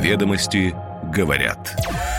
Ведомости говорят.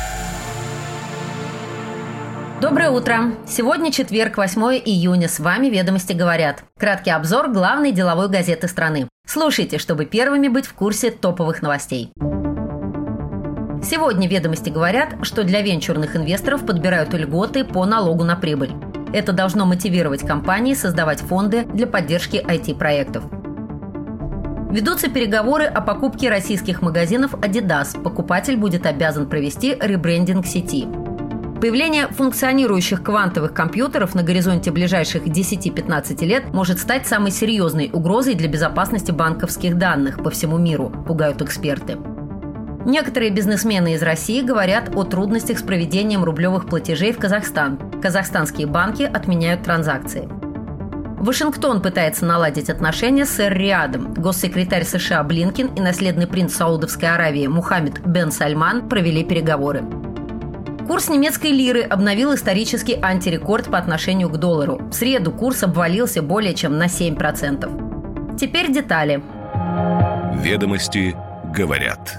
Доброе утро! Сегодня четверг, 8 июня. С вами «Ведомости говорят». Краткий обзор главной деловой газеты страны. Слушайте, чтобы первыми быть в курсе топовых новостей. Сегодня «Ведомости говорят», что для венчурных инвесторов подбирают льготы по налогу на прибыль. Это должно мотивировать компании создавать фонды для поддержки IT-проектов. Ведутся переговоры о покупке российских магазинов Adidas. Покупатель будет обязан провести ребрендинг сети. Появление функционирующих квантовых компьютеров на горизонте ближайших 10-15 лет может стать самой серьезной угрозой для безопасности банковских данных по всему миру, пугают эксперты. Некоторые бизнесмены из России говорят о трудностях с проведением рублевых платежей в Казахстан. Казахстанские банки отменяют транзакции. Вашингтон пытается наладить отношения с Эр-Риадом. Госсекретарь США Блинкен и наследный принц Саудовской Аравии Мухаммед бен Сальман провели переговоры. Курс немецкой лиры обновил исторический антирекорд по отношению к доллару. В среду курс обвалился более чем на 7%. Теперь детали. Ведомости говорят.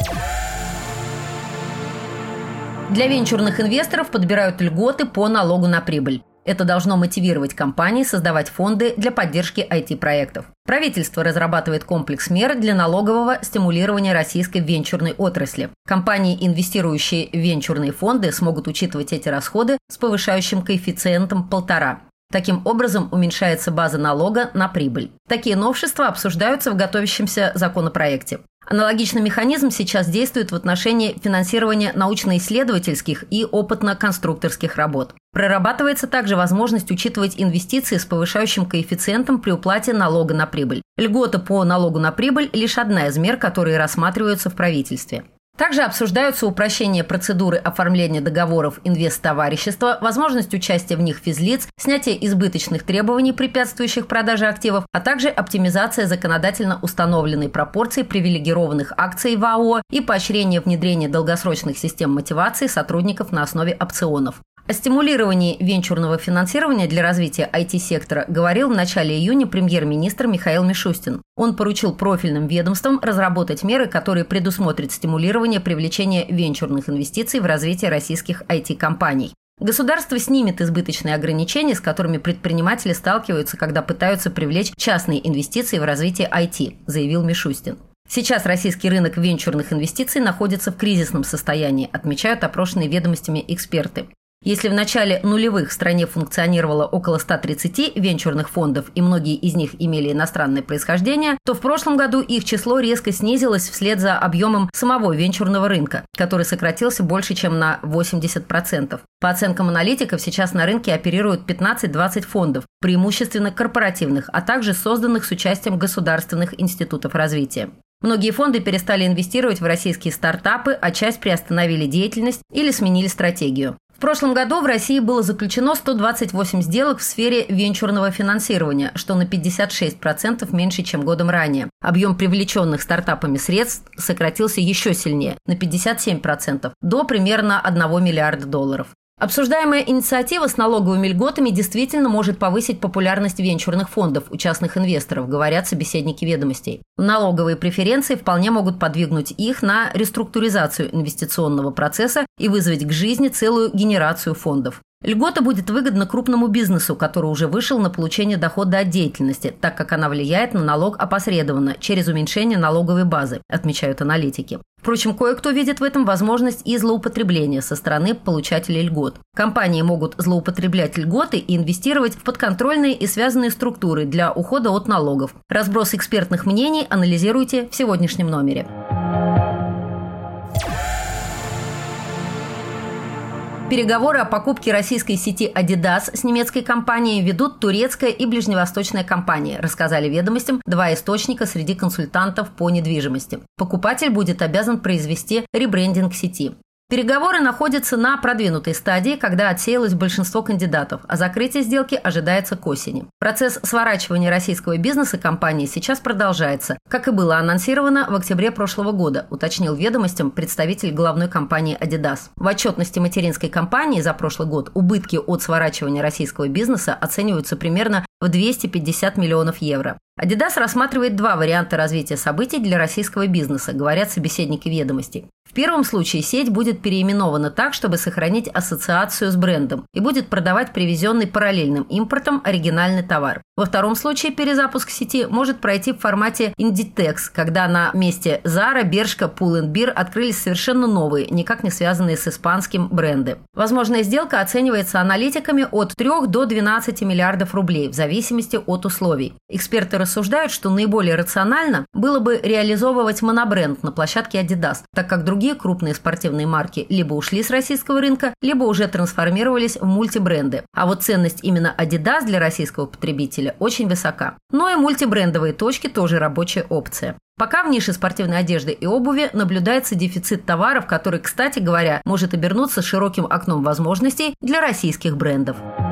Для венчурных инвесторов подбирают льготы по налогу на прибыль. Это должно мотивировать компании создавать фонды для поддержки IT-проектов. Правительство разрабатывает комплекс мер для налогового стимулирования российской венчурной отрасли. Компании, инвестирующие в венчурные фонды, смогут учитывать эти расходы с повышающим коэффициентом 1,5. Таким образом, уменьшается база налога на прибыль. Такие новшества обсуждаются в готовящемся законопроекте. Аналогичный механизм сейчас действует в отношении финансирования научно-исследовательских и опытно-конструкторских работ. Прорабатывается также возможность учитывать инвестиции с повышающим коэффициентом при уплате налога на прибыль. Льгота по налогу на прибыль – лишь одна из мер, которые рассматриваются в правительстве. Также обсуждаются упрощение процедуры оформления договоров инвесттоварищества, возможность участия в них физлиц, снятие избыточных требований, препятствующих продаже активов, а также оптимизация законодательно установленной пропорции привилегированных акций в АО и поощрение внедрения долгосрочных систем мотивации сотрудников на основе опционов. О стимулировании венчурного финансирования для развития IT-сектора говорил в начале июня премьер-министр Михаил Мишустин. Он поручил профильным ведомствам разработать меры, которые предусмотрят стимулирование привлечения венчурных инвестиций в развитие российских IT-компаний. Государство снимет избыточные ограничения, с которыми предприниматели сталкиваются, когда пытаются привлечь частные инвестиции в развитие IT, заявил Мишустин. Сейчас российский рынок венчурных инвестиций находится в кризисном состоянии, отмечают опрошенные ведомостями эксперты. Если в начале нулевых в стране функционировало около 130 венчурных фондов и многие из них имели иностранное происхождение, то в прошлом году их число резко снизилось вслед за объемом самого венчурного рынка, который сократился больше, чем на 80%. По оценкам аналитиков, сейчас на рынке оперируют 15-20 фондов, преимущественно корпоративных, а также созданных с участием государственных институтов развития. Многие фонды перестали инвестировать в российские стартапы, а часть приостановили деятельность или сменили стратегию. В прошлом году в России было заключено 128 сделок в сфере венчурного финансирования, что на 56% меньше, чем годом ранее. Объем привлеченных стартапами средств сократился еще сильнее, на 57%, до примерно $1 миллиарда. Обсуждаемая инициатива с налоговыми льготами действительно может повысить популярность венчурных фондов у частных инвесторов, говорят собеседники ведомостей. Налоговые преференции вполне могут подвигнуть их на реструктуризацию инвестиционного процесса и вызвать к жизни целую генерацию фондов. Льгота будет выгодна крупному бизнесу, который уже вышел на получение дохода от деятельности, так как она влияет на налог опосредованно, через уменьшение налоговой базы, отмечают аналитики. Впрочем, кое-кто видит в этом возможность и злоупотребления со стороны получателей льгот. Компании могут злоупотреблять льготы и инвестировать в подконтрольные и связанные структуры для ухода от налогов. Разброс экспертных мнений анализируйте в сегодняшнем номере. Переговоры о покупке российской сети Adidas с немецкой компанией ведут турецкая и ближневосточная компания, рассказали ведомостям два источника среди консультантов по недвижимости. Покупатель будет обязан произвести ребрендинг сети. Переговоры находятся на продвинутой стадии, когда отсеялось большинство кандидатов, а закрытие сделки ожидается к осени. Процесс сворачивания российского бизнеса компании сейчас продолжается, как и было анонсировано в октябре прошлого года, уточнил ведомостям представитель головной компании Adidas. В отчетности материнской компании за прошлый год убытки от сворачивания российского бизнеса оцениваются примерно в 250 миллионов евро. Adidas рассматривает два варианта развития событий для российского бизнеса, говорят собеседники ведомостей. В первом случае сеть будет переименована так, чтобы сохранить ассоциацию с брендом и будет продавать привезенный параллельным импортом оригинальный товар. Во втором случае перезапуск сети может пройти в формате Inditex, когда на месте Zara, Bershka, Pull&Bear открылись совершенно новые, никак не связанные с испанским бренды. Возможная сделка оценивается аналитиками от 3 до 12 миллиардов рублей в зависимости от условий. Эксперты рассуждают, что наиболее рационально было бы реализовывать монобренд на площадке Adidas, так как другие крупные спортивные марки либо ушли с российского рынка, либо уже трансформировались в мультибренды. А вот ценность именно Adidas для российского потребителя очень высока. Но и мультибрендовые точки тоже рабочая опция. Пока в нише спортивной одежды и обуви наблюдается дефицит товаров, который, кстати говоря, может обернуться широким окном возможностей для российских брендов.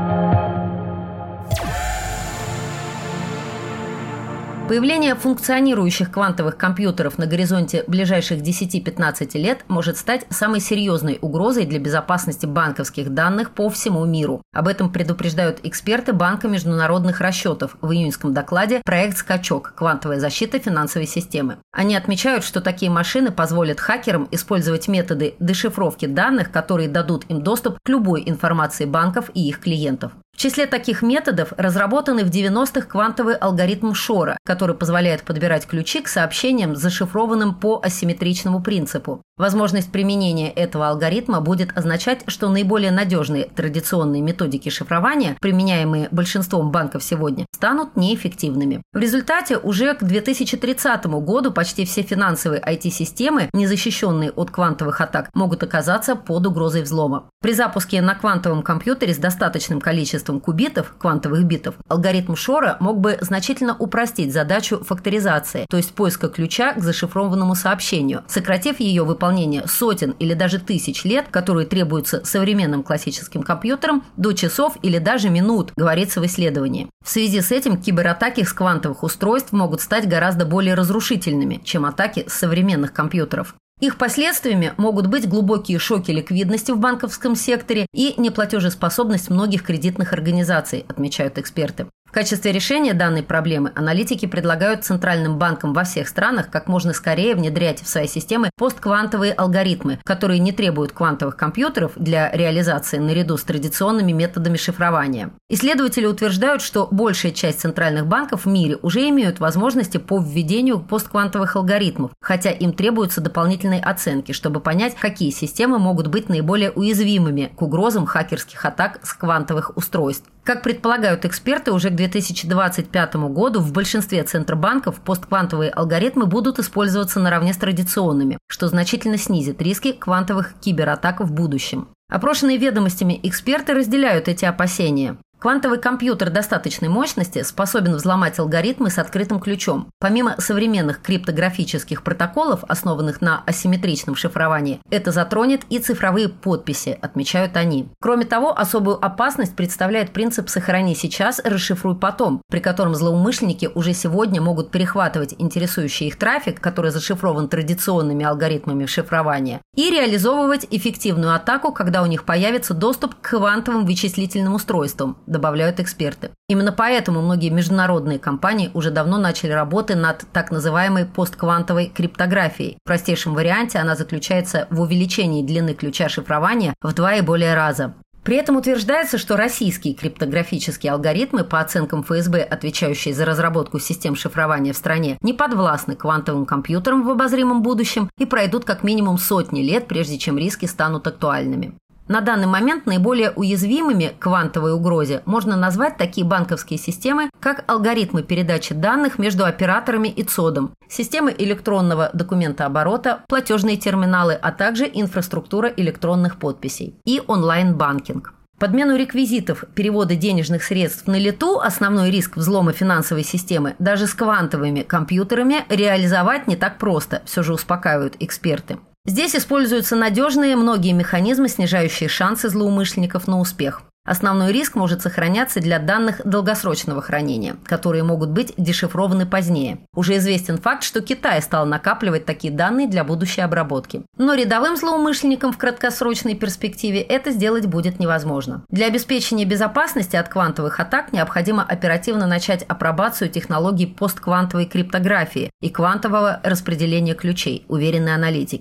Появление функционирующих квантовых компьютеров на горизонте ближайших 10-15 лет может стать самой серьезной угрозой для безопасности банковских данных по всему миру. Об этом предупреждают эксперты Банка международных расчетов в июньском докладе «Проект «Скачок. Квантовая защита финансовой системы». Они отмечают, что такие машины позволят хакерам использовать методы дешифровки данных, которые дадут им доступ к любой информации банков и их клиентов. В числе таких методов разработанный в 90-х квантовый алгоритм Шора, который позволяет подбирать ключи к сообщениям, зашифрованным по асимметричному принципу. Возможность применения этого алгоритма будет означать, что наиболее надежные традиционные методики шифрования, применяемые большинством банков сегодня, станут неэффективными. В результате уже к 2030 году почти все финансовые IT-системы, не защищенные от квантовых атак, могут оказаться под угрозой взлома. При запуске на квантовом компьютере с достаточным количеством кубитов, квантовых битов, алгоритм Шора мог бы значительно упростить задачу факторизации, то есть поиска ключа к зашифрованному сообщению, сократив ее выполнение сотен или даже тысяч лет, которые требуются современным классическим компьютерам, до часов или даже минут, говорится в исследовании. В связи с этим кибератаки с квантовых устройств могут стать гораздо более разрушительными, чем атаки с современных компьютеров. Их последствиями могут быть глубокие шоки ликвидности в банковском секторе и неплатежеспособность многих кредитных организаций, отмечают эксперты. В качестве решения данной проблемы аналитики предлагают центральным банкам во всех странах как можно скорее внедрять в свои системы постквантовые алгоритмы, которые не требуют квантовых компьютеров для реализации наряду с традиционными методами шифрования. Исследователи утверждают, что большая часть центральных банков в мире уже имеют возможности по введению постквантовых алгоритмов, хотя им требуются дополнительные оценки, чтобы понять, какие системы могут быть наиболее уязвимыми к угрозам хакерских атак с квантовых устройств. Как предполагают эксперты, уже к 2025 году в большинстве центробанков постквантовые алгоритмы будут использоваться наравне с традиционными, что значительно снизит риски квантовых кибератак в будущем. Опрошенные ведомостями эксперты разделяют эти опасения. Квантовый компьютер достаточной мощности способен взломать алгоритмы с открытым ключом. Помимо современных криптографических протоколов, основанных на асимметричном шифровании, это затронет и цифровые подписи, отмечают они. Кроме того, особую опасность представляет принцип «сохрани сейчас, расшифруй потом», при котором злоумышленники уже сегодня могут перехватывать интересующий их трафик, который зашифрован традиционными алгоритмами шифрования, и реализовывать эффективную атаку, когда у них появится доступ к квантовым вычислительным устройствам, добавляют эксперты. Именно поэтому многие международные компании уже давно начали работы над так называемой постквантовой криптографией. В простейшем варианте она заключается в увеличении длины ключа шифрования в 2 и более раза. При этом утверждается, что российские криптографические алгоритмы, по оценкам ФСБ, отвечающие за разработку систем шифрования в стране, не подвластны квантовым компьютерам в обозримом будущем и пройдут как минимум сотни лет, прежде чем риски станут актуальными. На данный момент наиболее уязвимыми к квантовой угрозе можно назвать такие банковские системы, как алгоритмы передачи данных между операторами и ЦОДом, системы электронного документооборота, платежные терминалы, а также инфраструктура электронных подписей и онлайн-банкинг. Подмену реквизитов перевода денежных средств на лету, основной риск взлома финансовой системы, даже с квантовыми компьютерами реализовать не так просто, все же успокаивают эксперты. Здесь используются надежные многие механизмы, снижающие шансы злоумышленников на успех. Основной риск может сохраняться для данных долгосрочного хранения, которые могут быть дешифрованы позднее. Уже известен факт, что Китай стал накапливать такие данные для будущей обработки. Но рядовым злоумышленникам в краткосрочной перспективе это сделать будет невозможно. Для обеспечения безопасности от квантовых атак необходимо оперативно начать апробацию технологий постквантовой криптографии и квантового распределения ключей, уверены аналитики.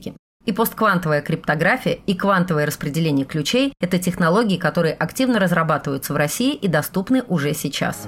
И постквантовая криптография, и квантовое распределение ключей – это технологии, которые активно разрабатываются в России и доступны уже сейчас.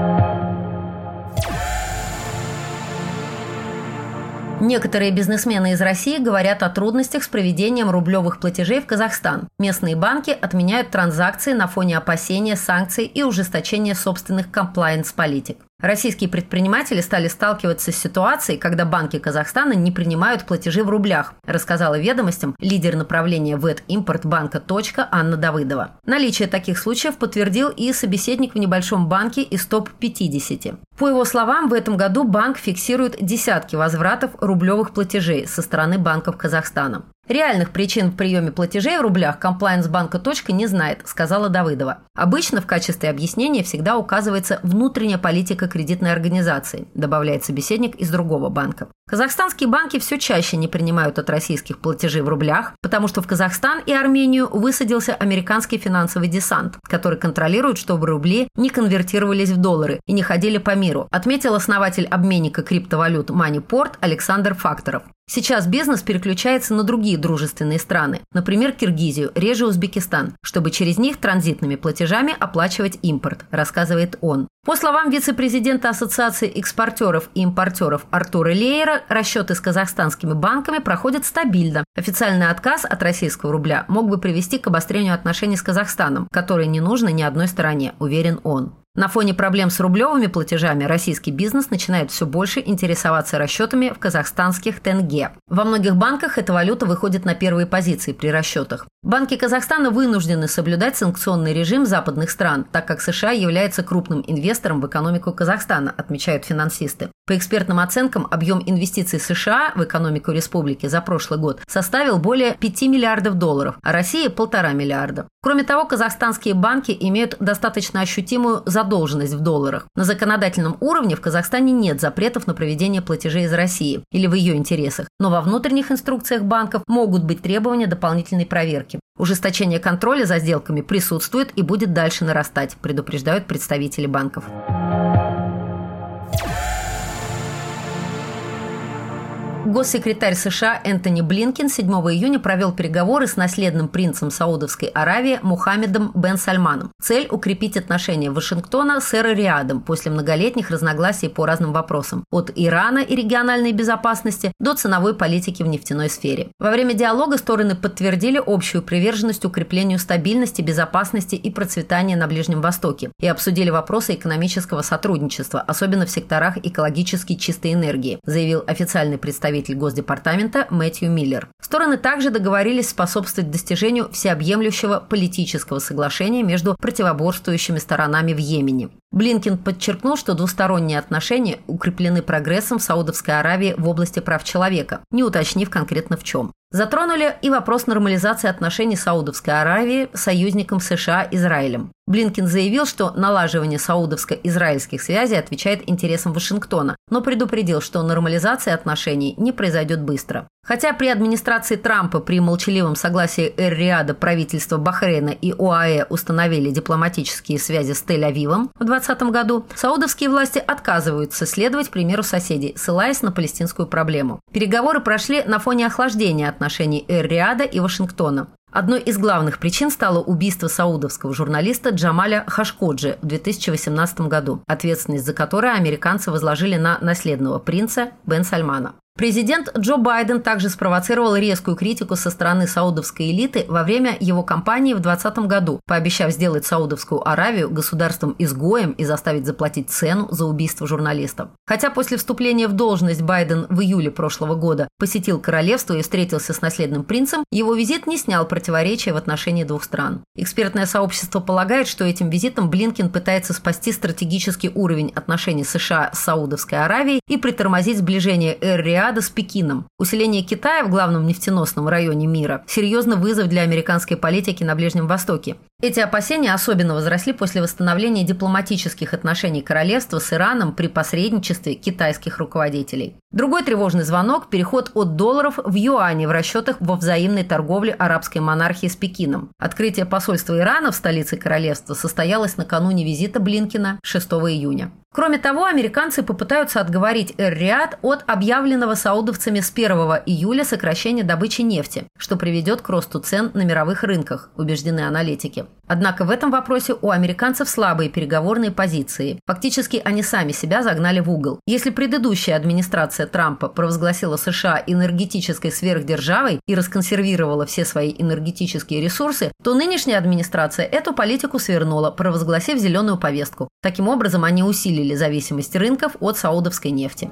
Некоторые бизнесмены из России говорят о трудностях с проведением рублевых платежей в Казахстан. Местные банки отменяют транзакции на фоне опасения санкций и ужесточения собственных комплаенс-политик. Российские предприниматели стали сталкиваться с ситуацией, когда банки Казахстана не принимают платежи в рублях, рассказала «Ведомостям» лидер направления ВЭТ-импорт банка «Точка» Анна Давыдова. Наличие таких случаев подтвердил и собеседник в небольшом банке из топ-50. По его словам, в этом году банк фиксирует десятки возвратов рублевых платежей со стороны банков Казахстана. Реальных причин в приеме платежей в рублях комплаенс банка «Точка» не знает, сказала Давыдова. Обычно в качестве объяснения всегда указывается внутренняя политика кредитной организации, добавляет собеседник из другого банка. Казахстанские банки все чаще не принимают от российских платежей в рублях, потому что в Казахстан и Армению высадился американский финансовый десант, который контролирует, чтобы рубли не конвертировались в доллары и не ходили по миру, отметил основатель обменника криптовалют Moneyport Александр Факторов. Сейчас бизнес переключается на другие дружественные страны, например, Киргизию, реже Узбекистан, чтобы через них транзитными платежами оплачивать импорт, рассказывает он. По словам вице-президента Ассоциации экспортеров и импортеров Артура Лейера, расчеты с казахстанскими банками проходят стабильно. Официальный отказ от российского рубля мог бы привести к обострению отношений с Казахстаном, которое не нужно ни одной стороне, уверен он. На фоне проблем с рублевыми платежами российский бизнес начинает все больше интересоваться расчетами в казахстанских тенге. Во многих банках эта валюта выходит на первые позиции при расчетах. Банки Казахстана вынуждены соблюдать санкционный режим западных стран, так как США является крупным инвестором в экономику Казахстана, отмечают финансисты. По экспертным оценкам, объем инвестиций США в экономику республики за прошлый год составил более 5 миллиардов долларов, а России – 1,5 миллиарда. Кроме того, казахстанские банки имеют достаточно ощутимую задолженность в долларах. На законодательном уровне в Казахстане нет запретов на проведение платежей из России или в ее интересах, но во внутренних инструкциях банков могут быть требования дополнительной проверки. Ужесточение контроля за сделками присутствует и будет дальше нарастать, предупреждают представители банков. Госсекретарь США Энтони Блинкен 7 июня провел переговоры с наследным принцем Саудовской Аравии Мухаммедом бен Сальманом. Цель – укрепить отношения Вашингтона с Эр-Риадом после многолетних разногласий по разным вопросам – от Ирана и региональной безопасности до ценовой политики в нефтяной сфере. Во время диалога стороны подтвердили общую приверженность укреплению стабильности, безопасности и процветания на Ближнем Востоке и обсудили вопросы экономического сотрудничества, особенно в секторах экологически чистой энергии, заявил официальный представитель Госдепартамента Мэтью Миллер. Стороны также договорились способствовать достижению всеобъемлющего политического соглашения между противоборствующими сторонами в Йемене. Блинкен подчеркнул, что двусторонние отношения укреплены прогрессом в Саудовской Аравии в области прав человека, не уточнив конкретно в чем. Затронули и вопрос нормализации отношений Саудовской Аравии с союзником США Израилем. Блинкен заявил, что налаживание саудовско-израильских связей отвечает интересам Вашингтона, но предупредил, что нормализация отношений не произойдет быстро. Хотя при администрации Трампа при молчаливом согласии Эр-Риада правительства Бахрейна и ОАЭ установили дипломатические связи с Тель-Авивом в 2020 году, саудовские власти отказываются следовать примеру соседей, ссылаясь на палестинскую проблему. Переговоры прошли на фоне охлаждения отношений Эр-Риада и Вашингтона. Одной из главных причин стало убийство саудовского журналиста Джамаля Хашкоджи в 2018 году, ответственность за которое американцы возложили на наследного принца бен Сальмана. Президент Джо Байден также спровоцировал резкую критику со стороны саудовской элиты во время его кампании в 2020 году, пообещав сделать Саудовскую Аравию государством-изгоем и заставить заплатить цену за убийство журналистов. Хотя после вступления в должность Байден в июле прошлого года посетил королевство и встретился с наследным принцем, его визит не снял противоречия в отношении двух стран. Экспертное сообщество полагает, что этим визитом Блинкен пытается спасти стратегический уровень отношений США с Саудовской Аравией и притормозить сближение Эр-Риада с Пекином. Усиление Китая в главном нефтеносном районе мира – серьезный вызов для американской политики на Ближнем Востоке. Эти опасения особенно возросли после восстановления дипломатических отношений королевства с Ираном при посредничестве китайских руководителей. Другой тревожный звонок – переход от долларов в юани в расчетах во взаимной торговле арабской монархии с Пекином. Открытие посольства Ирана в столице королевства состоялось накануне визита Блинкена 6 июня. Кроме того, американцы попытаются отговорить Эр-Рияд от объявленного саудовцами с 1 июля сокращения добычи нефти, что приведет к росту цен на мировых рынках, убеждены аналитики. Однако в этом вопросе у американцев слабые переговорные позиции. Фактически они сами себя загнали в угол. Если предыдущая администрация Трампа провозгласила США энергетической сверхдержавой и расконсервировала все свои энергетические ресурсы, то нынешняя администрация эту политику свернула, провозгласив зеленую повестку. Таким образом, они усилили зависимость рынков от саудовской нефти.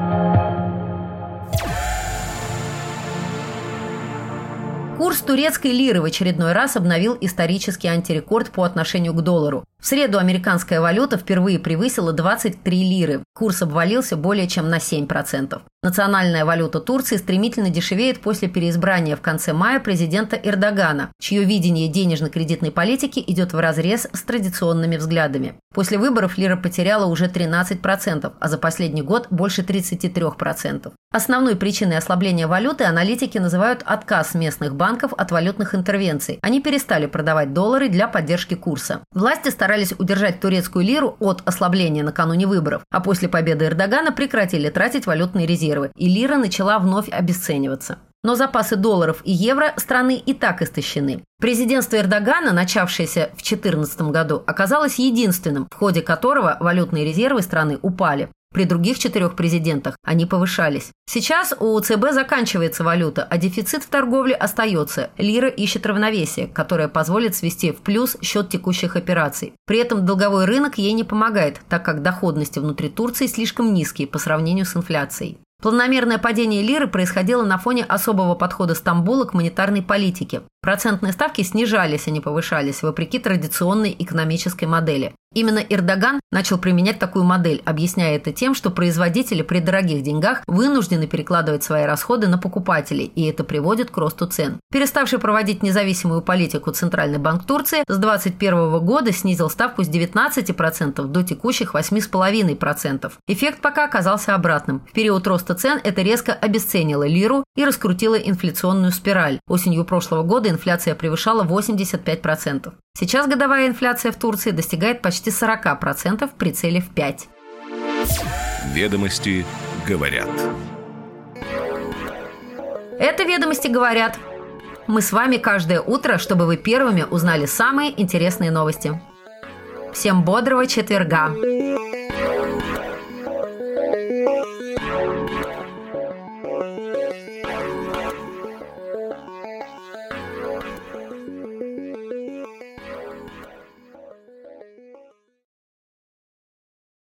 Курс турецкой лиры в очередной раз обновил исторический антирекорд по отношению к доллару. В среду американская валюта впервые превысила 23 лиры. Курс обвалился более чем на 7%. Национальная валюта Турции стремительно дешевеет после переизбрания в конце мая президента Эрдогана, чье видение денежно-кредитной политики идет вразрез с традиционными взглядами. После выборов лира потеряла уже 13%, а за последний год больше 33%. Основной причиной ослабления валюты аналитики называют отказ местных банков от валютных интервенций. Они перестали продавать доллары для поддержки курса. Власти старались удержать турецкую лиру от ослабления накануне выборов, а после победы Эрдогана прекратили тратить валютные резервы, и лира начала вновь обесцениваться. Но запасы долларов и евро страны и так истощены. Президентство Эрдогана, начавшееся в 2014 году, оказалось единственным, в ходе которого валютные резервы страны упали. При других 4 президентах они повышались. Сейчас у ЦБ заканчивается валюта, а дефицит в торговле остается. Лира ищет равновесие, которое позволит свести в плюс счет текущих операций. При этом долговой рынок ей не помогает, так как доходности внутри Турции слишком низкие по сравнению с инфляцией. Планомерное падение лиры происходило на фоне особого подхода Стамбула к монетарной политике. Процентные ставки снижались, а не повышались, вопреки традиционной экономической модели. Именно Эрдоган начал применять такую модель, объясняя это тем, что производители при дорогих деньгах вынуждены перекладывать свои расходы на покупателей, и это приводит к росту цен. Переставший проводить независимую политику Центральный банк Турции с 2021 года снизил ставку с 19% до текущих 8,5%. Эффект пока оказался обратным. В период роста цен это резко обесценило лиру и раскрутило инфляционную спираль. Осенью прошлого года инфляция превышала 85%. Сейчас годовая инфляция в Турции достигает почти 40% при цели в 5%. Ведомости говорят. Это «Ведомости говорят». Мы с вами каждое утро, чтобы вы первыми узнали самые интересные новости. Всем бодрого четверга!